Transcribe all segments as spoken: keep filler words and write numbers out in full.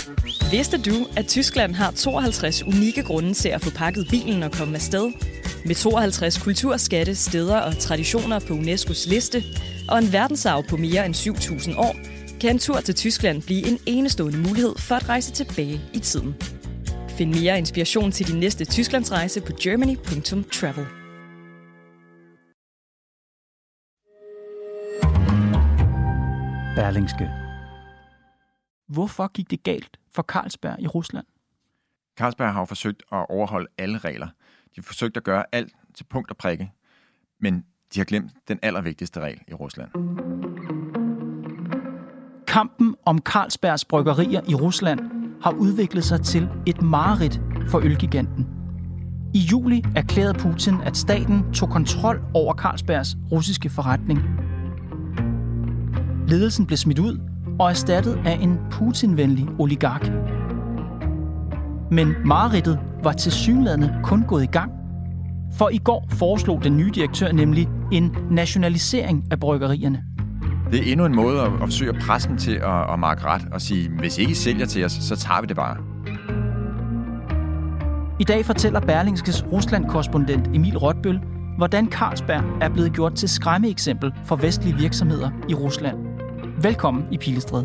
Vidste du, at Tyskland har tooghalvtreds unikke grunde til at få pakket bilen og komme afsted? Med tooghalvtreds kulturskatte, steder og traditioner på UNESCO's liste, og en verdensarv på mere end syv tusind år, kan en tur til Tyskland blive en enestående mulighed for at rejse tilbage i tiden. Find mere inspiration til din næste Tysklandsrejse på germany punktum travel. Berlingske. Hvorfor gik det galt for Carlsberg i Rusland? Carlsberg har jo forsøgt at overholde alle regler. De har forsøgt at gøre alt til punkt og prikke, men de har glemt den allervigtigste regel i Rusland. Kampen om Carlsbergs bryggerier i Rusland har udviklet sig til et mareridt for ølgiganten. I juli erklærede Putin, at staten tog kontrol over Carlsbergs russiske forretning. Ledelsen blev smidt ud og erstattet af en Putin-venlig oligark. Men mareridtet var tilsyneladende kun gået i gang, for i går foreslog den nye direktør nemlig en nationalisering af bryggerierne. Det er endnu en måde at, at forsøge at presse dem til at, at markere ret og sige, hvis ikke I sælger til os, så tager vi det bare. I dag fortæller Berlingskes Rusland-korrespondent Emil Rotbøl, hvordan Carlsberg er blevet gjort til skræmmeeksempel for vestlige virksomheder i Rusland. Velkommen i Pilestræde.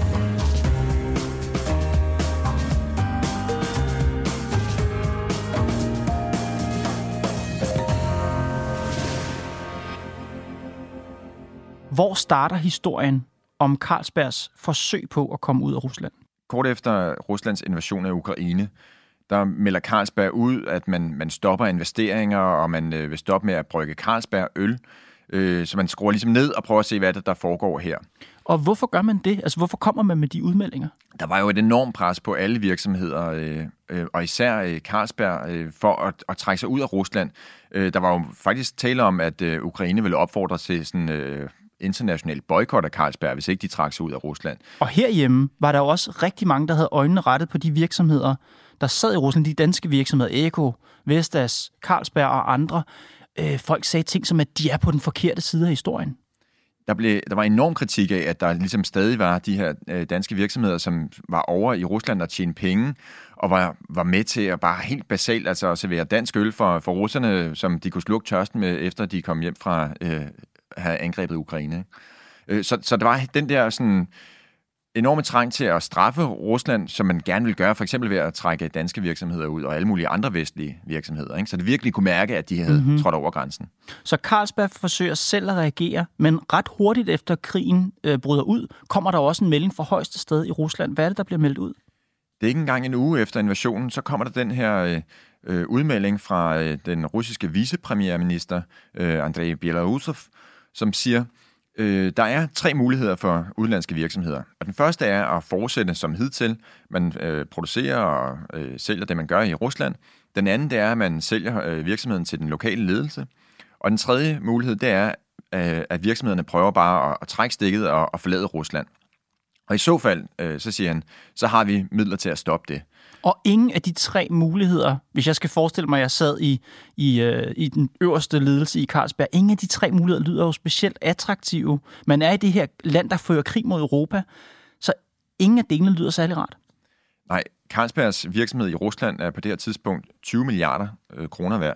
Hvor starter historien om Carlsbergs forsøg på at komme ud af Rusland? Kort efter Ruslands invasion af Ukraine, der melder Carlsberg ud, at man, man stopper investeringer, og man øh, vil stoppe med at brygge Carlsberg øl. Øh, så man skruer ligesom ned og prøver at se, hvad det der foregår her. Og hvorfor gør man det? Altså, hvorfor kommer man med de udmeldinger? Der var jo et enormt pres på alle virksomheder, øh, øh, og især øh, Carlsberg, øh, for at, at trække sig ud af Rusland. Øh, der var jo faktisk tale om, at øh, Ukraine ville opfordre til sådan øh, international boykot af Carlsberg, hvis ikke de trak sig ud af Rusland. Og herhjemme var der jo også rigtig mange, der havde øjnene rettet på de virksomheder, der sad i Rusland. De danske virksomheder, Eko, Vestas, Carlsberg og andre. Øh, folk sagde ting som, at de er på den forkerte side af historien. Der, blev, der var enorm kritik af, at der ligesom stadig var de her øh, danske virksomheder, som var over i Rusland og tjente penge, og var, var med til at bare helt basalt altså at servere dansk øl for, for russerne, som de kunne slukke tørsten med, efter de kom hjem fra øh, at have angrebet Ukraine. Øh, så, så der var den der sådan enorme trang til at straffe Rusland, som man gerne vil gøre, for eksempel ved at trække danske virksomheder ud, og alle mulige andre vestlige virksomheder. Ikke? Så det virkelig kunne mærke, at de havde mm-hmm. trådt over grænsen. Så Carlsberg forsøger selv at reagere, men ret hurtigt efter krigen øh, bryder ud, kommer der også en melding fra højeste sted i Rusland. Hvad er det, der bliver meldt ud? Det er ikke engang en uge efter invasionen, så kommer der den her øh, udmelding fra øh, den russiske vicepremierminister, øh, Andrei Belousov, som siger, Øh, der er tre muligheder for udenlandske virksomheder. Og den første er at fortsætte som hidtil. Man øh, producerer og øh, sælger det, man gør i Rusland. Den anden, det er, at man sælger øh, virksomheden til den lokale ledelse. Og den tredje mulighed, det er, øh, at virksomhederne prøver bare at, at trække stikket og at forlade Rusland. Og i så fald, øh, så siger han, så har vi midler til at stoppe det. Og ingen af de tre muligheder, hvis jeg skal forestille mig, at jeg sad i, i, øh, i den øverste ledelse i Carlsberg, ingen af de tre muligheder lyder jo specielt attraktive. Man er i det her land, der fører krig mod Europa, så ingen af delene lyder særlig rart. Nej, Carlsbergs virksomhed i Rusland er på det her tidspunkt tyve milliarder øh, kroner værd.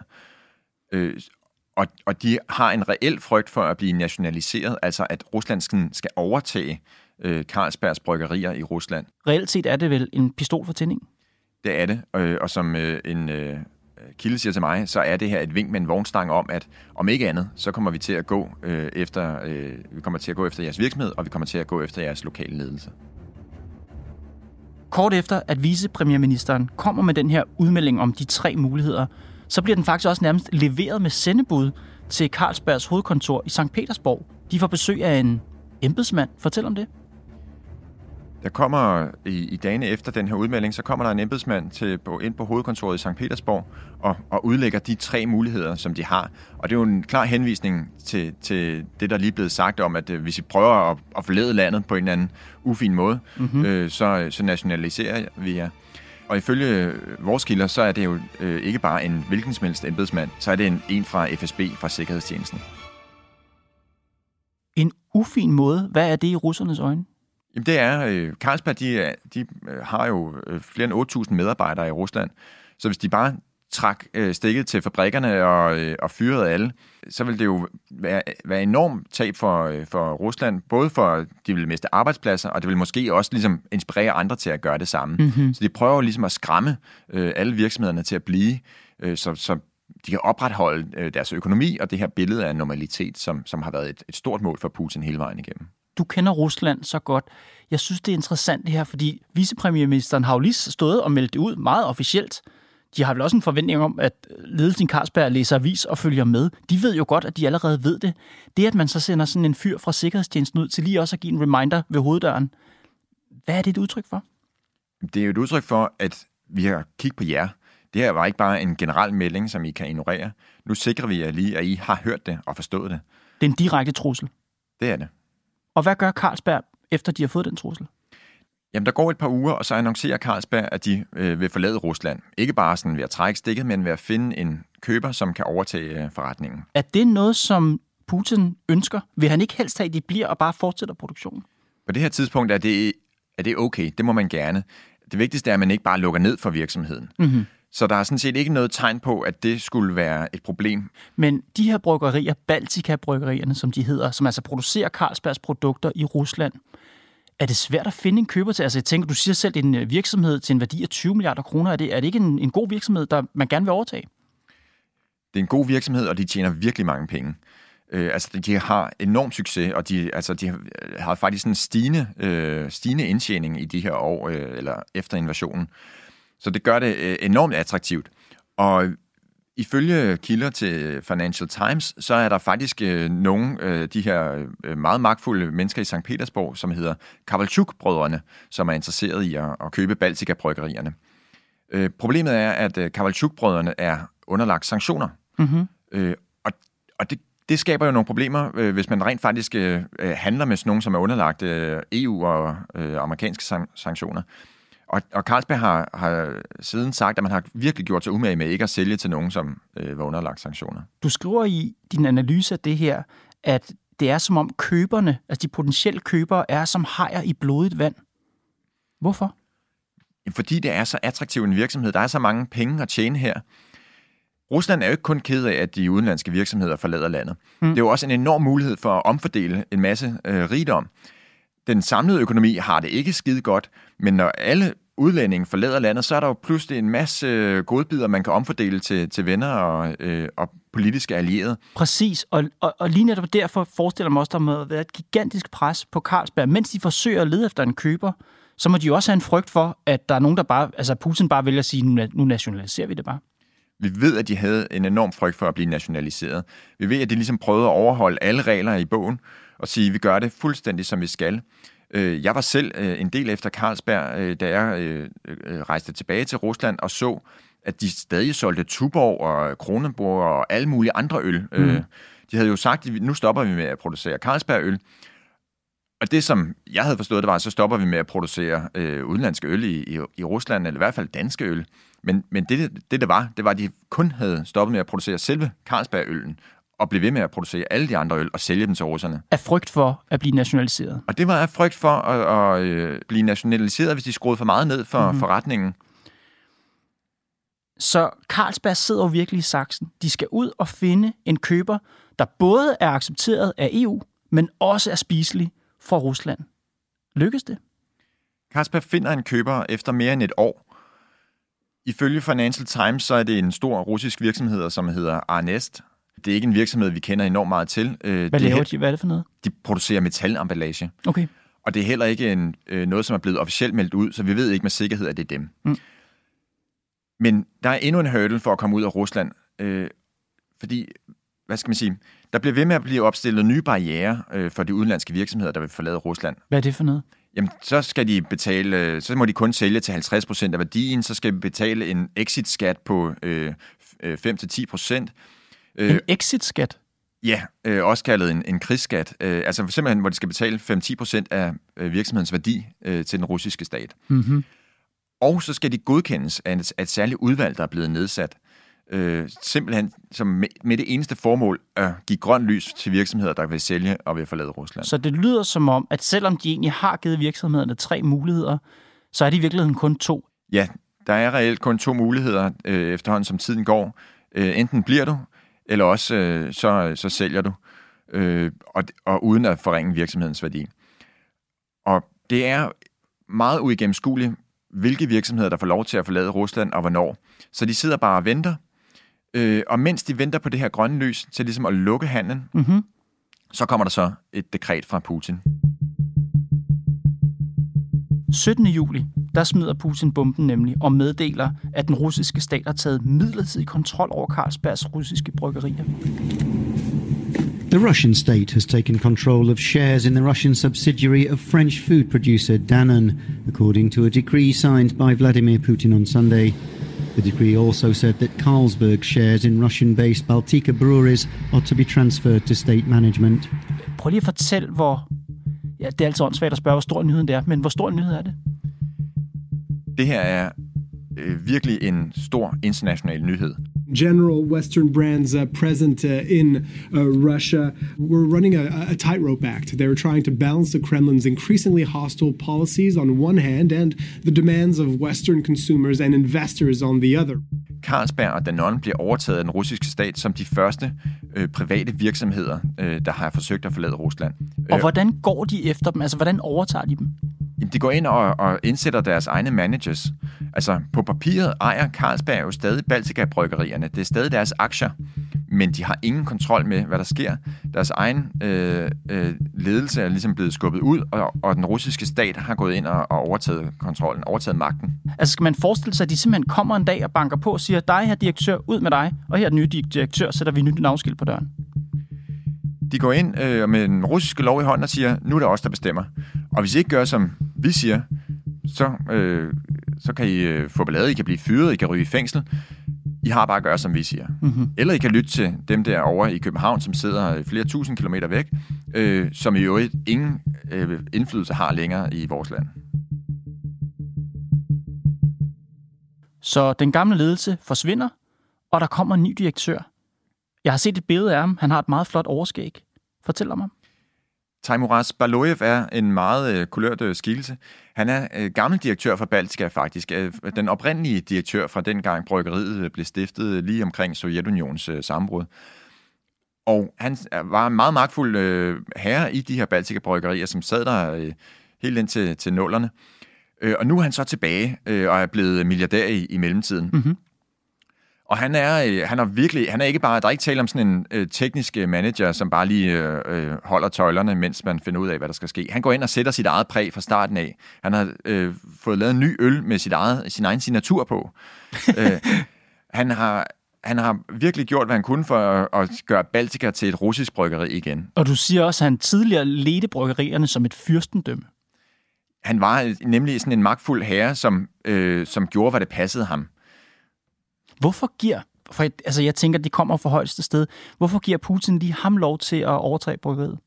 Øh, og, og de har en reel frygt for at blive nationaliseret, altså at Rusland skal, skal overtage øh, Carlsbergs bryggerier i Rusland. Reelt set er det vel en pistol for tænding? Det er det, øh, og som øh, en øh, kilde siger til mig, så er det her et vink med en vognstang om, at om ikke andet, så kommer vi til at gå øh, efter, øh, vi kommer til at gå efter jeres virksomhed, og vi kommer til at gå efter jeres lokale ledelse. Kort efter, at vicepremierministeren kommer med den her udmelding om de tre muligheder, så bliver den faktisk også nærmest leveret med sendebud til Carlsbergs hovedkontor i Sankt Petersborg. De får besøg af en embedsmand. Fortæl om det. Der kommer i, i dagene efter den her udmelding, så kommer der en embedsmand til, på, ind på hovedkontoret i Sankt Petersborg og, og udlægger de tre muligheder, som de har. Og det er jo en klar henvisning til, til det, der lige er blevet sagt om, at øh, hvis vi prøver at, at forlade landet på en eller anden ufin måde, mm-hmm. øh, så, så nationaliserer vi jer. Og ifølge vores kilder, så er det jo øh, ikke bare en hvilken som helst embedsmand, så er det en, en fra F S B, fra Sikkerhedstjenesten. En ufin måde? Hvad er det i russernes øjne? Jamen det er, øh, Carlsberg, de, de har jo flere end otte tusind medarbejdere i Rusland, så hvis de bare trak øh, stikket til fabrikkerne og, øh, og fyrede alle, så vil det jo være, være enormt tab for, øh, for Rusland, både for, de vil miste arbejdspladser, og det vil måske også ligesom inspirere andre til at gøre det samme. Mm-hmm. Så de prøver ligesom at skræmme øh, alle virksomhederne til at blive, øh, så, så de kan opretholde øh, deres økonomi og det her billede af normalitet, som, som har været et, et stort mål for Putin hele vejen igennem. Du kender Rusland så godt. Jeg synes, det er interessant det her, fordi vicepremierministeren har jo lige stået og meldt det ud meget officielt. De har vel også en forventning om, at ledelsen i Carlsberg læser avis og følger med. De ved jo godt, at de allerede ved det. Det, at man så sender sådan en fyr fra Sikkerhedstjenesten ud til lige også at give en reminder ved hoveddøren. Hvad er det et udtryk for? Det er jo et udtryk for, at vi har kigget på jer. Det her var ikke bare en generel melding, som I kan ignorere. Nu sikrer vi jer lige, at I har hørt det og forstået det. Det er en direkte trussel. Det er det. Og hvad gør Carlsberg, efter de har fået den trussel? Jamen, der går et par uger, og så annoncerer Carlsberg, at de øh, vil forlade Rusland. Ikke bare sådan ved at trække stikket, men ved at finde en køber, som kan overtage øh, forretningen. Er det noget, som Putin ønsker? Vil han ikke helst have, at de bliver og bare fortsætter produktionen? På det her tidspunkt er det, er det okay. Det må man gerne. Det vigtigste er, at man ikke bare lukker ned for virksomheden. Mm-hmm. Så der er sådan set ikke noget tegn på, at det skulle være et problem. Men de her bryggerier, Baltika-bryggerierne, som de hedder, som altså producerer Carlsbergs produkter i Rusland, er det svært at finde en køber til? Altså jeg tænker, du siger selv, det er en virksomhed til en værdi af tyve milliarder kroner. Er det, er det ikke en, en god virksomhed, der man gerne vil overtage? Det er en god virksomhed, og de tjener virkelig mange penge. Øh, altså de har enorm succes, og de, altså, de har, har faktisk en stigende, øh, stigende indtjening i de her år, øh, eller efter invasionen. Så det gør det øh, enormt attraktivt. Og ifølge kilder til Financial Times, så er der faktisk øh, nogle af øh, de her øh, meget magtfulde mennesker i Sankt Petersborg, som hedder Kovalchuk-brødrene, som er interesseret i at, at købe Baltika-bryggerierne. Øh, problemet er, at øh, Kovalchuk-brødrene er underlagt sanktioner. Mm-hmm. Øh, og og det, det skaber jo nogle problemer, øh, hvis man rent faktisk øh, handler med sådan nogen, som er underlagt øh, E U og øh, amerikanske san- sanktioner. Og, og Carlsberg har, har siden sagt, at man har virkelig gjort sig umage med ikke at sælge til nogen, som øh, var underlagt sanktioner. Du skriver i din analyse af det her, at det er som om køberne, altså de potentielle købere, er som hajer i blodigt vand. Hvorfor? Fordi det er så attraktiv en virksomhed. Der er så mange penge at tjene her. Rusland er jo ikke kun ked af, at de udenlandske virksomheder forlader landet. Mm. Det er jo også en enorm mulighed for at omfordele en masse øh, rigdom. Den samlede økonomi har det ikke skide godt, men når alle udlændinge forlader landet, så er der jo pludselig en masse godbidder, man kan omfordele til, til venner og, øh, og politiske allierede. Præcis, og, og, og lige netop derfor forestiller mig også, der må være et gigantisk pres på Carlsberg. Mens de forsøger at lede efter en køber, så må de jo også have en frygt for, at der er nogen, der bare, altså Putin bare vælger at sige, nu, nu nationaliserer vi det bare. Vi ved, at de havde en enorm frygt for at blive nationaliseret. Vi ved, at de ligesom prøvede at overholde alle regler i bogen og sige, at vi gør det fuldstændig, som vi skal. Jeg var selv en del efter Carlsberg, da jeg rejste tilbage til Rusland og så, at de stadig solgte Tuborg og Kronenbourg og alle mulige andre øl. Mm. De havde jo sagt, at nu stopper vi med at producere Carlsberg-øl. Og det, som jeg havde forstået, det var, at så stopper vi med at producere øh, udenlandske øl i, i, i Rusland, eller i hvert fald danske øl. Men, men det, det, det var, det var, at de kun havde stoppet med at producere selve Carlsberg-øllen, og blev ved med at producere alle de andre øl og sælge dem til russerne. Af frygt for at blive nationaliseret. Og det var af frygt for at, at, at blive nationaliseret, hvis de skruede for meget ned for mm-hmm. forretningen. Så Carlsberg sidder jo virkelig i saksen. De skal ud og finde en køber, der både er accepteret af E U, men også er spiselig for Rusland. Lykkes det? Carlsberg finder en køber efter mere end et år. Ifølge Financial Times, så er det en stor russisk virksomhed, som hedder Arnest. Det er ikke en virksomhed, vi kender enormt meget til. Hvad laver de? Hvad er det for noget? De producerer metalemballage. Okay. Og det er heller ikke en, noget, som er blevet officielt meldt ud, så vi ved ikke med sikkerhed, at det er dem. Mm. Men der er endnu en hurdle for at komme ud af Rusland. Øh, fordi, hvad skal man sige, der bliver ved med at blive opstillet nye barrierer øh, for de udenlandske virksomheder, der vil forlade Rusland. Hvad er det for noget? Jamen, så skal de betale, så må de kun sælge til halvtreds procent af værdien, så skal de betale en exit-skat på øh, fem til ti procent. En exit-skat? Ja, øh, også kaldet en, en krigsskat. Øh, altså simpelthen, hvor de skal betale fem til ti procent af øh, virksomhedens værdi øh, til den russiske stat. Mm-hmm. Og så skal de godkendes af et, af et særligt udvalg, der er blevet nedsat. øh, simpelthen som med, med det eneste formål at give grønt lys til virksomheder, der vil sælge og vil forlade Rusland. Så det lyder som om, at selvom de egentlig har givet virksomhederne tre muligheder, så er det i virkeligheden kun to. Ja, der er reelt kun to muligheder øh, efterhånden, som tiden går. Øh, enten bliver du, eller også øh, så, så sælger du, øh, og, og uden at forringe virksomhedens værdi. Og det er meget uigennemskueligt, hvilke virksomheder, der får lov til at forlade Rusland, og hvornår. Så de sidder bare og venter, øh, og mens de venter på det her grønne lys til ligesom at lukke handlen, mm-hmm. så kommer der så et dekret fra Putin. syttende juli, der smider Putin bomben nemlig og meddeler, at den russiske stat har taget midlertidig kontrol over Carlsbergs russiske bryggerier. The Russian state has taken control of shares in the Russian subsidiary of French food producer Danone, according to a decree signed by Vladimir Putin on Sunday. The decree also said that Carlsberg shares in Russian-based Baltika breweries ought to be transferred to state management. Prøv lige at fortælle, hvor... Ja, det er altså åndssvagt at spørge, hvor stor nyheden det er, men hvor stor nyhed er det? Det her er øh, virkelig en stor international nyhed. General Western brands uh, present uh, in uh, Russia were running a, a tightrope act. They were trying to balance the Kremlin's increasingly hostile policies on one hand and the demands of Western consumers and investors on the other. Carlsberg og Danone bliver overtaget af den russiske stat som de første øh, private virksomheder, øh, der har forsøgt at forlade Rusland. Og hvordan går de efter dem? Altså, hvordan overtager de dem? Jamen, de går ind og, og indsætter deres egne managers. Altså, på papiret ejer Carlsberg jo stadig Baltika-bryggerierne. Det er stadig deres aktier, men de har ingen kontrol med, hvad der sker. Deres egen øh, øh, ledelse er ligesom blevet skubbet ud, og, og den russiske stat har gået ind og, og overtaget kontrollen, overtaget magten. Altså, skal man forestille sig, at de simpelthen kommer en dag og banker på og siger, dig her direktør, ud med dig, og her er den nye direktør, sætter vi nyt navnskilt på døren? De går ind øh, med den russiske lov i hånden og siger, nu er det os, der bestemmer. Og hvis I ikke gør, som vi siger, så, øh, så kan I øh, få ballade, I kan blive fyret, I kan ryge i fængsel. I har bare at gøre, som vi siger. Mm-hmm. Eller I kan lytte til dem derovre i København, som sidder flere tusind kilometer væk, øh, som i øvrigt ingen øh, indflydelse har længere i vores land. Så den gamle ledelse forsvinder, og der kommer en ny direktør. Jeg har set et billede af ham. Han har et meget flot overskæg. Fortæl om ham. Teimuraz Baloyev er en meget øh, kulørt øh, skikkelse. Han er øh, gammel direktør for Baltika, faktisk. Øh, den oprindelige direktør fra dengang bryggeriet øh, blev stiftet lige omkring Sovjetunionens øh, sammenbrud. Og han var en meget magtfuld øh, herre i de her Baltika-bryggerier, som sad der øh, helt ind til, til nullerne. Øh, og nu er han så tilbage øh, og er blevet milliardær i, i mellemtiden. Mm-hmm. Og han er, øh, han er virkelig, han er ikke bare, der er ikke tale om sådan en øh, teknisk manager, som bare lige øh, holder tøjlerne, mens man finder ud af, hvad der skal ske. Han går ind og sætter sit eget præg fra starten af. Han har øh, fået lavet en ny øl med sit eget, sin egen signatur på. øh, han har Han har virkelig gjort, hvad han kunne for at, at gøre Baltika til et russisk bryggeri igen. Og du siger også, at han tidligere ledte bryggerierne som et fyrstendømme. Han var nemlig sådan en magtfuld herre, som, øh, som gjorde, hvad det passede ham. Hvorfor giver, for jeg, altså jeg tænker, de kommer fra højeste sted, hvorfor giver Putin lige ham lov til at overtage bryggeriet?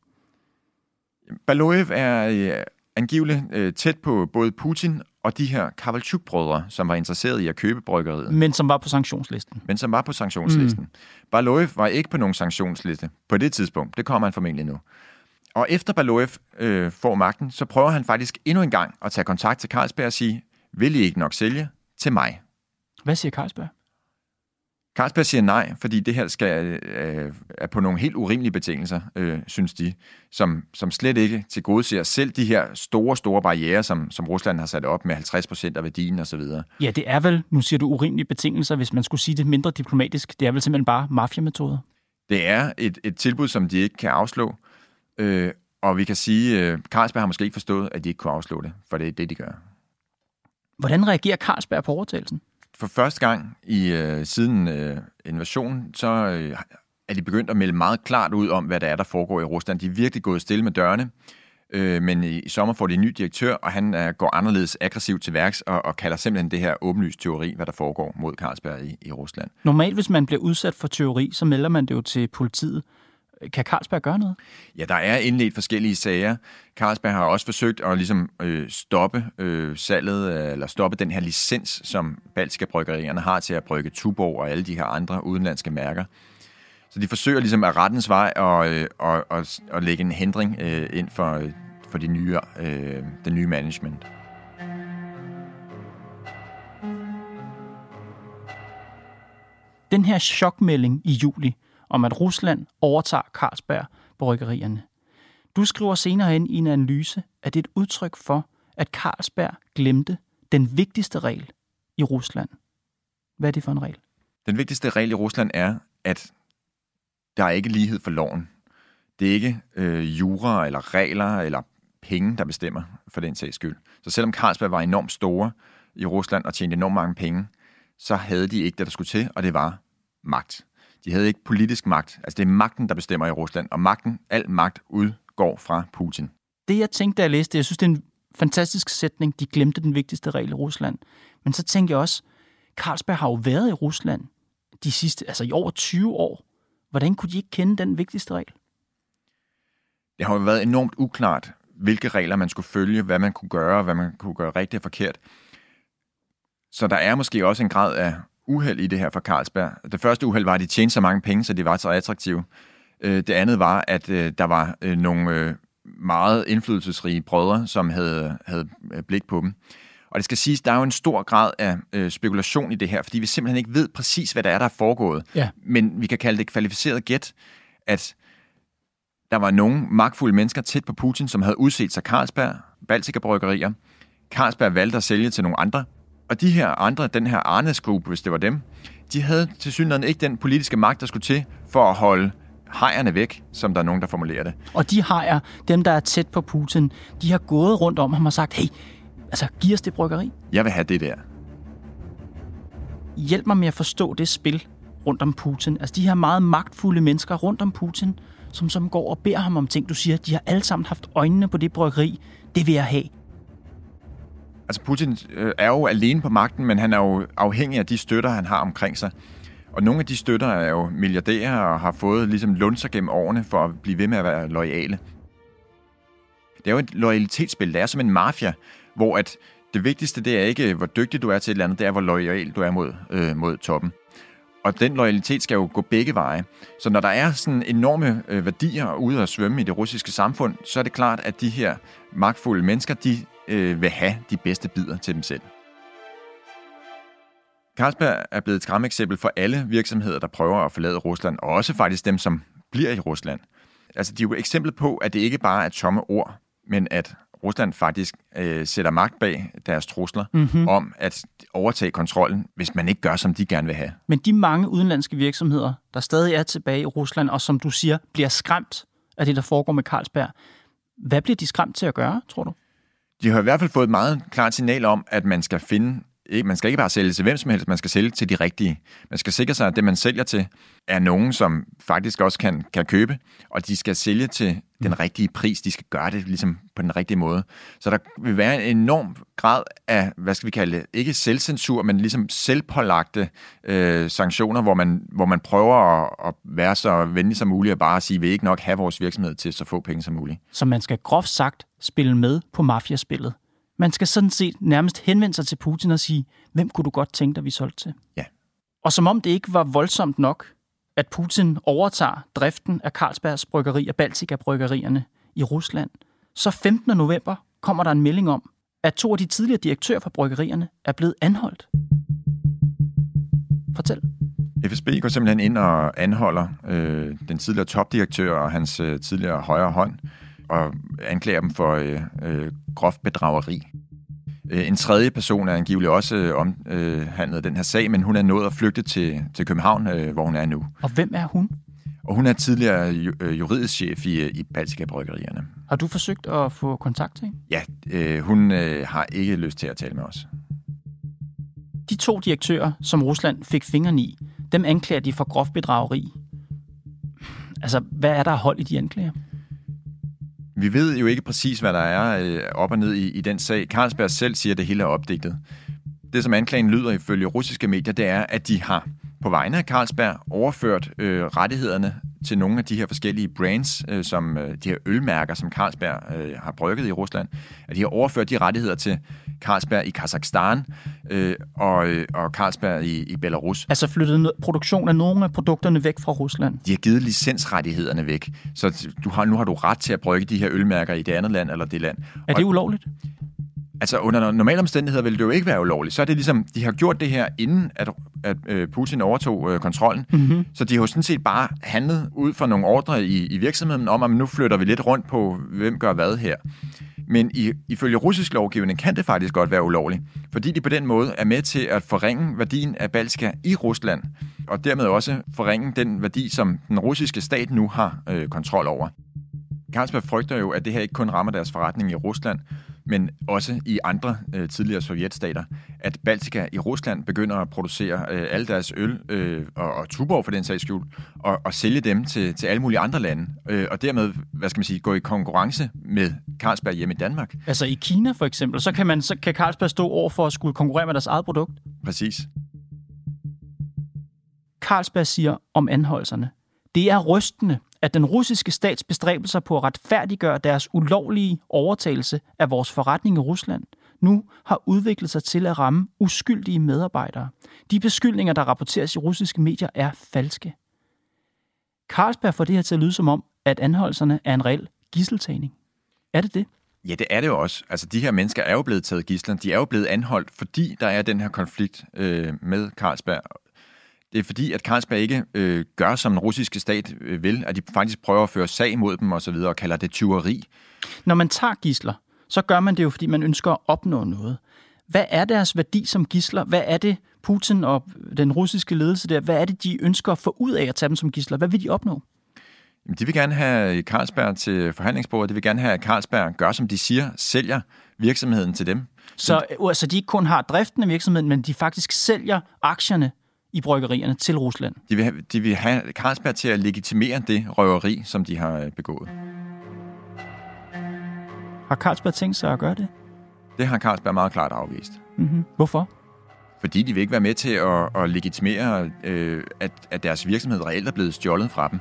Baloyev er øh, angiveligt øh, tæt på både Putin og de her Kovalchuk-brødre, som var interesseret i at købe bryggeriet. Men som var på sanktionslisten. Men som var på sanktionslisten. Mm. Baloyev var ikke på nogen sanktionsliste på det tidspunkt. Det kommer han formentlig nu. Og efter Baloyev øh, får magten, så prøver han faktisk endnu en gang at tage kontakt til Carlsberg og sige, vil I ikke nok sælge til mig? Hvad siger Carlsberg? Carlsberg siger nej, fordi det her skal øh, er på nogle helt urimelige betingelser, øh, synes de, som, som slet ikke tilgodeser selv de her store, store barrierer, som, som Rusland har sat op med halvtreds procent af værdien osv. Ja, det er vel, nu siger du urimelige betingelser, hvis man skulle sige det mindre diplomatisk, det er vel simpelthen bare mafiametoder? Det er et, et tilbud, som de ikke kan afslå, øh, og vi kan sige, at øh, Carlsberg har måske ikke forstået, at de ikke kunne afslå det, for det er det, de gør. Hvordan reagerer Carlsberg på overtagelsen? For første gang i øh, siden øh, invasionen, så øh, er de begyndt at melde meget klart ud om, hvad der er, der foregår i Rusland. De er virkelig gået stille med dørene, øh, men i, i sommer får de en ny direktør, og han øh, går anderledes aggressivt til værks og, og kalder simpelthen det her åbenlyst teori, hvad der foregår mod Carlsberg i, i Rusland. Normalt, hvis man bliver udsat for teori, så melder man det jo til politiet. Kan Carlsberg gøre noget? Ja, der er indledt forskellige sager. Carlsberg har også forsøgt at ligesom, øh, stoppe øh, salget, eller stoppe den her licens, som Baltika-bryggerierne har til at brygge Tuborg og alle de her andre udenlandske mærker. Så de forsøger ligesom at rettens vej og, øh, og, og, og lægge en hindring øh, ind for, øh, for de nye, øh, den nye management. Den her chokmelding i juli om, at Rusland overtager Carlsberg-bryggerierne. Du skriver senere hen i en analyse, at det er et udtryk for, at Carlsberg glemte den vigtigste regel i Rusland. Hvad er det for en regel? Den vigtigste regel i Rusland er, at der er ikke lighed for loven. Det er ikke øh, jura eller regler eller penge, der bestemmer for den sags skyld. Så selvom Carlsberg var enormt store i Rusland og tjente enormt mange penge, så havde de ikke det, der skulle til, og det var magt. De havde ikke politisk magt. Altså det er magten, der bestemmer i Rusland, og magten, al magt udgår fra Putin. Det jeg tænkte, da jeg læste, jeg synes, det er en fantastisk sætning. De glemte den vigtigste regel i Rusland. Men så tænkte jeg også, Carlsberg har jo været i Rusland de sidste, altså i over tyve år. Hvordan kunne de ikke kende den vigtigste regel? Det har jo været enormt uklart, hvilke regler man skulle følge, hvad man kunne gøre, hvad man kunne gøre rigtigt og forkert. Så der er måske også en grad af uheld i det her for Carlsberg. Det første uheld var, at de tjente så mange penge, så de var så attraktive. Det andet var, at der var nogle meget indflydelsesrige brødre, som havde, havde blik på dem. Og det skal siges, der er jo en stor grad af spekulation i det her, fordi vi simpelthen ikke ved præcis, hvad der er, der er foregået. Ja. Men vi kan kalde det kvalificeret gæt, at der var nogle magtfulde mennesker tæt på Putin, som havde udset sig Carlsberg, Baltika-bryggerier. Carlsberg valgte at sælge til nogle andre. Og de her andre, den her Arnes Group, hvis det var dem, de havde tilsyneladende ikke den politiske magt, der skulle til for at holde hajerne væk, som der er nogen, der formulerer det. Og de hajer, dem der er tæt på Putin, de har gået rundt om ham og sagt, hey, altså, giv os det bryggeri. Jeg vil have det der. Hjælp mig med at forstå det spil rundt om Putin. Altså de her meget magtfulde mennesker rundt om Putin, som, som går og beder ham om ting. Du siger, de har alle sammen haft øjnene på det bryggeri. Det vil jeg have. Altså Putin øh, er jo alene på magten, men han er jo afhængig af de støtter, han har omkring sig. Og nogle af de støtter er jo milliardærer og har fået ligesom lunser gennem årene for at blive ved med at være loyale. Det er jo et loyalitetsspil. Det er som en mafia, hvor at det vigtigste, det er ikke, hvor dygtig du er til et eller andet, det er, hvor loyal du er mod, øh, mod toppen. Og den loyalitet skal jo gå begge veje. Så når der er sådan enorme øh, værdier ude at svømme i det russiske samfund, så er det klart, at de her magtfulde mennesker, de øh, vil have de bedste bidder til dem selv. Carlsberg er blevet et skræmmeksempel for alle virksomheder, der prøver at forlade Rusland, og også faktisk dem, som bliver i Rusland. Altså, de er jo et eksempel på, at det ikke bare er tomme ord, men at Rusland faktisk øh, sætter magt bag deres trusler mm-hmm. om at overtage kontrollen, hvis man ikke gør, som de gerne vil have. Men de mange udenlandske virksomheder, der stadig er tilbage i Rusland, og som du siger, bliver skræmt af det, der foregår med Carlsberg, hvad bliver de skræmt til at gøre, tror du? De har i hvert fald fået et meget klart signal om, at man skal finde Man skal ikke bare sælge til hvem som helst, man skal sælge til de rigtige. Man skal sikre sig, at det, man sælger til, er nogen, som faktisk også kan, kan købe, og de skal sælge til den rigtige pris. De skal gøre det ligesom på den rigtige måde. Så der vil være en enorm grad af, hvad skal vi kalde det, ikke selvcensur, men ligesom selvpålagte øh, sanktioner, hvor man, hvor man prøver at, at være så venlig som muligt og bare sige, vi vil ikke nok have vores virksomhed til så få penge som muligt. Så man skal groft sagt spille med på mafiaspillet. Man skal sådan set nærmest henvende sig til Putin og sige, hvem kunne du godt tænke dig, vi solgte til? Ja. Og som om det ikke var voldsomt nok, at Putin overtager driften af Carlsbergs bryggeri og Baltika-bryggerierne i Rusland, så femtende november kommer der en melding om, at to af de tidligere direktører for bryggerierne er blevet anholdt. Fortæl. F S B går simpelthen ind og anholder øh, den tidligere topdirektør og hans øh, tidligere højre hånd, og anklager dem for øh, øh, groft bedrageri. Øh, en tredje person er angiveligt også øh, omhandlet øh, den her sag, men hun er nået at flygte til, til København, øh, hvor hun er nu. Og hvem er hun? Og hun er tidligere øh, juridisk chef i, i Baltika-bryggerierne. Har du forsøgt at få kontakt til hende? Ja, øh, hun øh, har ikke lyst til at tale med os. De to direktører, som Rusland fik fingrene i, dem anklager de for groft bedrageri. Altså, hvad er der hold i de anklager? Vi ved jo ikke præcis, hvad der er øh, op og ned i, i den sag. Carlsberg selv siger, at det hele er opdigtet. Det, som anklagen lyder ifølge russiske medier, det er, at de har på vegne af Carlsberg overført øh, rettighederne til nogle af de her forskellige brands, øh, som øh, de her ølmærker, som Carlsberg øh, har brygget i Rusland, at de har overført de rettigheder til Carlsberg i Kazakhstan øh, og, øh, og Carlsberg i, i Belarus. Altså flyttet produktion af nogle af produkterne væk fra Rusland? De har givet licensrettighederne væk, så du har, nu har du ret til at brygge de her ølmærker i det andet land eller det land. Er det ulovligt? Altså, under normale omstændigheder vil det jo ikke være ulovligt. Så er det ligesom, de har gjort det her, inden at, at øh, Putin overtog øh, kontrollen. Mm-hmm. Så de har jo sådan set bare handlet ud fra nogle ordre i, i virksomheden om, at nu flytter vi lidt rundt på, hvem gør hvad her. Men i, ifølge russisk lovgivning kan det faktisk godt være ulovligt, fordi de på den måde er med til at forringe værdien af Baltika i Rusland, og dermed også forringe den værdi, som den russiske stat nu har øh, kontrol over. Carlsberg frygter jo, at det her ikke kun rammer deres forretning i Rusland, men også i andre øh, tidligere sovjetstater, at Baltika i Rusland begynder at producere øh, alle deres øl øh, og, og Tuborg for den sags skyld, og, og sælge dem til, til alle mulige andre lande, øh, og dermed, hvad skal man sige, gå i konkurrence med Carlsberg hjemme i Danmark. Altså i Kina for eksempel, så kan, man, så kan Carlsberg stå over for at skulle konkurrere med deres eget produkt? Præcis. Carlsberg siger om anholdelserne: det er rystende, at den russiske stats bestræbelser på at retfærdiggøre deres ulovlige overtagelse af vores forretning i Rusland nu har udviklet sig til at ramme uskyldige medarbejdere. De beskyldninger, der rapporteres i russiske medier, er falske. Carlsberg får det her til at lyde som om, at anholdelserne er en reel gidseltagning. Er det det? Ja, det er det jo også. Altså, de her mennesker er jo blevet taget gidsler. De er jo blevet anholdt, fordi der er den her konflikt øh, med Carlsberg. Det er fordi, at Carlsberg ikke øh, gør, som den russiske stat øh, vil, at de faktisk prøver at føre sag mod dem og så videre, og kalder det tyveri. Når man tager gidsler, så gør man det jo, fordi man ønsker at opnå noget. Hvad er deres værdi som gidsler? Hvad er det, Putin og den russiske ledelse der, hvad er det, de ønsker at få ud af at tage dem som gidsler? Hvad vil de opnå? Jamen, de vil gerne have Carlsberg til forhandlingsbordet. De vil gerne have, at Carlsberg gør, som de siger, sælger virksomheden til dem. Så altså, de ikke kun har driften af virksomheden, men de faktisk sælger aktierne i bryggerierne til Rusland. De vil, have, de vil have Carlsberg til at legitimere det røveri, som de har begået. Har Carlsberg tænkt sig at gøre det? Det har Carlsberg meget klart afvist. Mm-hmm. Hvorfor? Fordi de vil ikke være med til at, at legitimere, øh, at, at deres virksomhed reelt er blevet stjålet fra dem.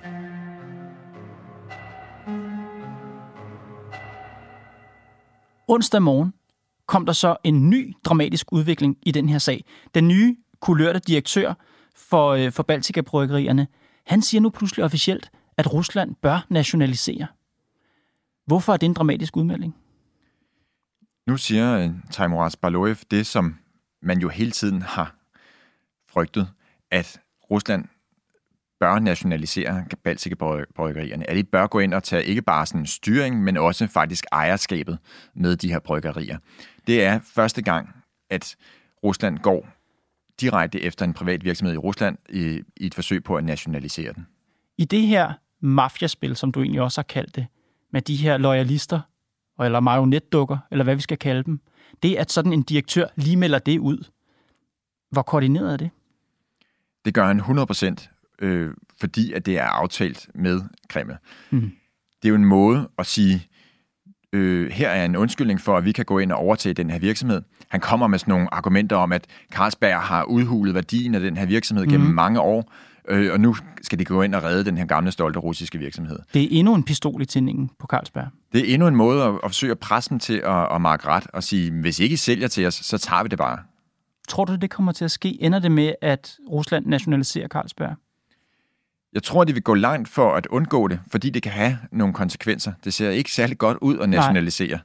Onsdag morgen kom der så en ny dramatisk udvikling i den her sag. Den nye kulørte direktør for, øh, for Baltika-bryggerierne, han siger nu pludselig officielt, at Rusland bør nationalisere. Hvorfor er det en dramatisk udmelding? Nu siger uh, Teimuraz Barloev det, som man jo hele tiden har frygtet, at Rusland bør nationalisere Baltika-bryggerierne. At de bør gå ind og tage ikke bare sådan styring, men også faktisk ejerskabet med de her bryggerier. Det er første gang, at Rusland går direkte efter en privat virksomhed i Rusland i, i et forsøg på at nationalisere den. I det her mafiaspil, som du egentlig også har kaldt det, med de her loyalister, eller marionetdukker, eller hvad vi skal kalde dem, det er, at sådan en direktør lige melder det ud. Hvor koordineret er det? Det gør han hundrede procent, øh, fordi at det er aftalt med Kreml. Mm. Det er jo en måde at sige, øh, her er en undskyldning for, at vi kan gå ind og overtage den her virksomhed. Han kommer med sådan nogle argumenter om, at Carlsberg har udhulet værdien af den her virksomhed mm. gennem mange år, øh, og nu skal de gå ind og redde den her gamle, stolte russiske virksomhed. Det er endnu en pistol i tændingen på Carlsberg. Det er endnu en måde at, at forsøge at presse dem til at, at markere ret og sige, hvis ikke I sælger til os, så tager vi det bare. Tror du, det kommer til at ske? Ender det med, at Rusland nationaliserer Carlsberg? Jeg tror, de vil gå langt for at undgå det, fordi det kan have nogle konsekvenser. Det ser ikke særlig godt ud at nationalisere.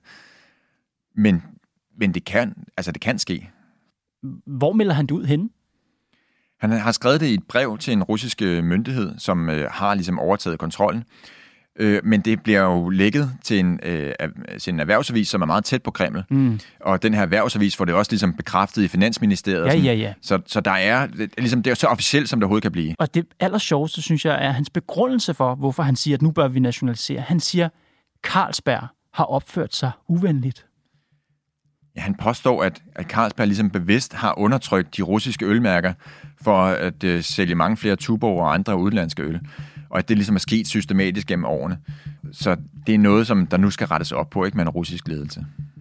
Men, men det kan, altså det kan ske. Hvor melder han det ud henne? Han har skrevet det i et brev til en russisk myndighed, som øh, har ligesom overtaget kontrollen. Øh, men det bliver jo lækket til en, øh, til en erhvervsavis, som er meget tæt på Kreml. Mm. Og den her erhvervsavis får det også ligesom bekræftet i Finansministeriet. Ja, ja, ja. Så, så der er, ligesom, det er så officielt, som det overhovedet kan blive. Og det allersjoveste, synes jeg, er hans begrundelse for, hvorfor han siger, at nu bør vi nationalisere. Han siger, at Carlsberg har opført sig uvenligt. Ja, han påstår, at, at Carlsberg ligesom bevidst har undertrykt de russiske ølmærker for at øh, sælge mange flere Tuborg og andre udenlandske øl. Og at det ligesom er sket systematisk gennem årene. Så det er noget, som der nu skal rettes op på, ikke med en russisk ledelse.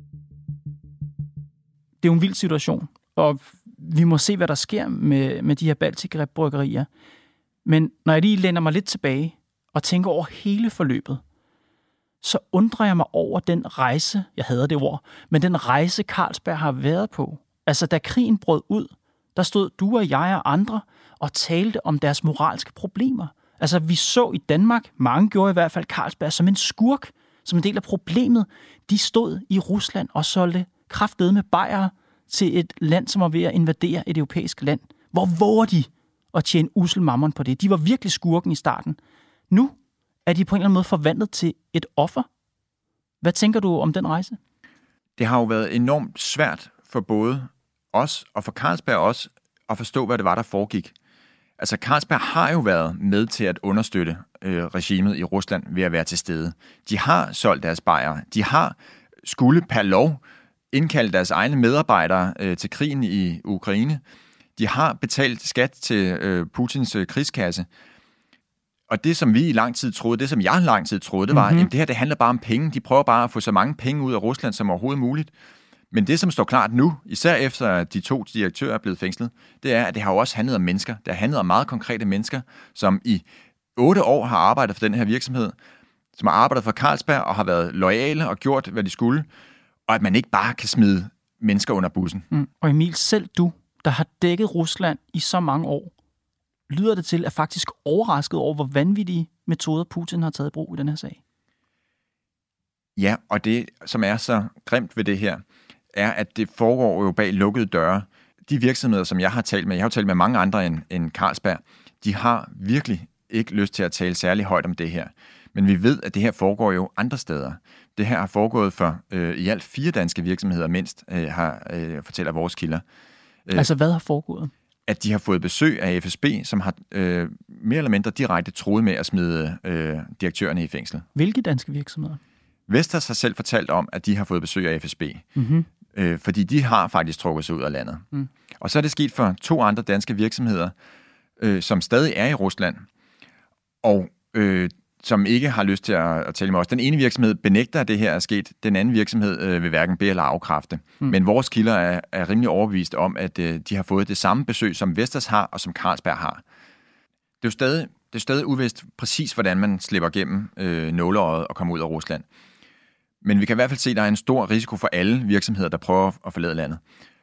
Det er jo en vild situation, og vi må se, hvad der sker med, med de her Baltika-bryggerier. Men når jeg lige læner mig lidt tilbage og tænker over hele forløbet, så undrer jeg mig over den rejse, jeg hader det ord, men den rejse Carlsberg har været på. Altså, da krigen brød ud, der stod du og jeg og andre og talte om deres moralske problemer. Altså, vi så i Danmark, mange gjorde i hvert fald Carlsberg som en skurk, som en del af problemet. De stod i Rusland og solgte kraftedeme bajere til et land, som var ved at invadere et europæisk land. Hvor våger de at tjene usel mammon på det? De var virkelig skurken i starten. Nu er de på en eller anden måde forvandlet til et offer. Hvad tænker du om den rejse? Det har jo været enormt svært for både os og for Carlsberg også at forstå, hvad det var, der foregik. Altså, Carlsberg har jo været med til at understøtte øh, regimet i Rusland ved at være til stede. De har solgt deres bajere. De har skulle per lov indkaldt deres egne medarbejdere øh, til krigen i Ukraine. De har betalt skat til øh, Putins øh, krigskasse. Og det, som vi i lang tid troede, det som jeg i lang tid troede, det var, mm-hmm. at det her det handler bare om penge. De prøver bare at få så mange penge ud af Rusland som overhovedet muligt. Men det, som står klart nu, især efter at de to direktører er blevet fængslet, det er, at det har jo også handlet om mennesker. Det har handlet om meget konkrete mennesker, som i otte år har arbejdet for den her virksomhed, som har arbejdet for Carlsberg og har været loyale og gjort, hvad de skulle, og at man ikke bare kan smide mennesker under bussen. Mm. Og Emil, selv du, der har dækket Rusland i så mange år, lyder det til, at faktisk overrasket over, hvor vanvittige metoder Putin har taget i brug i den her sag? Ja, og det, som er så grimt ved det her, er, at det foregår jo bag lukkede døre. De virksomheder, som jeg har talt med, jeg har talt med mange andre end, end Carlsberg, de har virkelig ikke lyst til at tale særlig højt om det her. Men vi ved, at det her foregår jo andre steder. Det her har foregået for øh, i alt fire danske virksomheder mindst, øh, har, øh, fortæller vores kilder. Øh, altså hvad har foregået? At de har fået besøg af F S B, som har øh, mere eller mindre direkte truet med at smide øh, direktørerne i fængsel. Hvilke danske virksomheder? Vestas har selv fortalt om, at de har fået besøg af F S B. Mm-hmm. Øh, fordi de har faktisk trukket sig ud af landet. Mm. Og så er det sket for to andre danske virksomheder, øh, som stadig er i Rusland, og øh, som ikke har lyst til at, at tale med os. Den ene virksomhed benægter, at det her er sket. Den anden virksomhed øh, vil hverken be- eller afkræfte. Mm. Men vores kilder er, er rimelig overbevist om, at øh, de har fået det samme besøg, som Vestas har, og som Carlsberg har. Det er jo stadig, det er stadig uvist præcis, hvordan man slipper gennem øh, nåleøjet og kommer ud af Rusland. Men vi kan i hvert fald se, at der er en stor risiko for alle virksomheder, der prøver at forlade landet.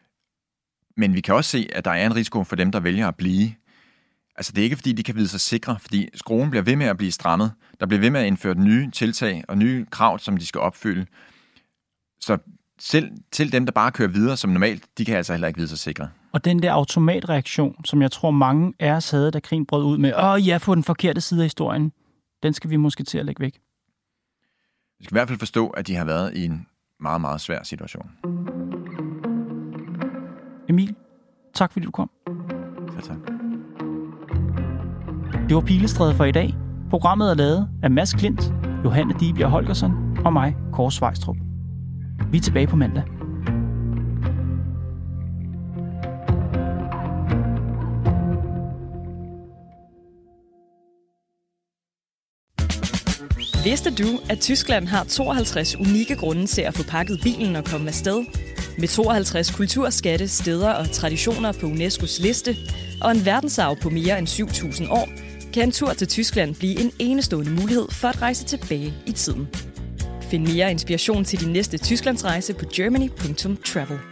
Men vi kan også se, at der er en risiko for dem, der vælger at blive. Altså, det er ikke, fordi de kan vide sig sikre, fordi skruen bliver ved med at blive strammet. Der bliver ved med at indføre nye tiltag og nye krav, som de skal opfylde. Så selv til dem, der bare kører videre som normalt, de kan altså heller ikke vide sig sikre. Og den der automatreaktion, som jeg tror mange af os havde, da krigen brød ud med, åh ja, på den forkerte side af historien, den skal vi måske til at lægge væk. Vi skal i hvert fald forstå, at de har været i en meget, meget svær situation. Emil, tak fordi du kom. Ja, tak. Det var Pilestræde for i dag. Programmet er lavet af Mads Klint, Johanne Dibjerg Holgersen og mig, Kåre Svejstrup. Vi er tilbage på mandag. Vidste du, at Tyskland har tooghalvtreds unikke grunde til at få pakket bilen og komme afsted? Med tooghalvtreds kulturskatte, steder og traditioner på UNESCO's liste og en verdensarv på mere end syv tusind år, kan en tur til Tyskland blive en enestående mulighed for at rejse tilbage i tiden. Find mere inspiration til din næste Tysklandsrejse på germany punktum travel.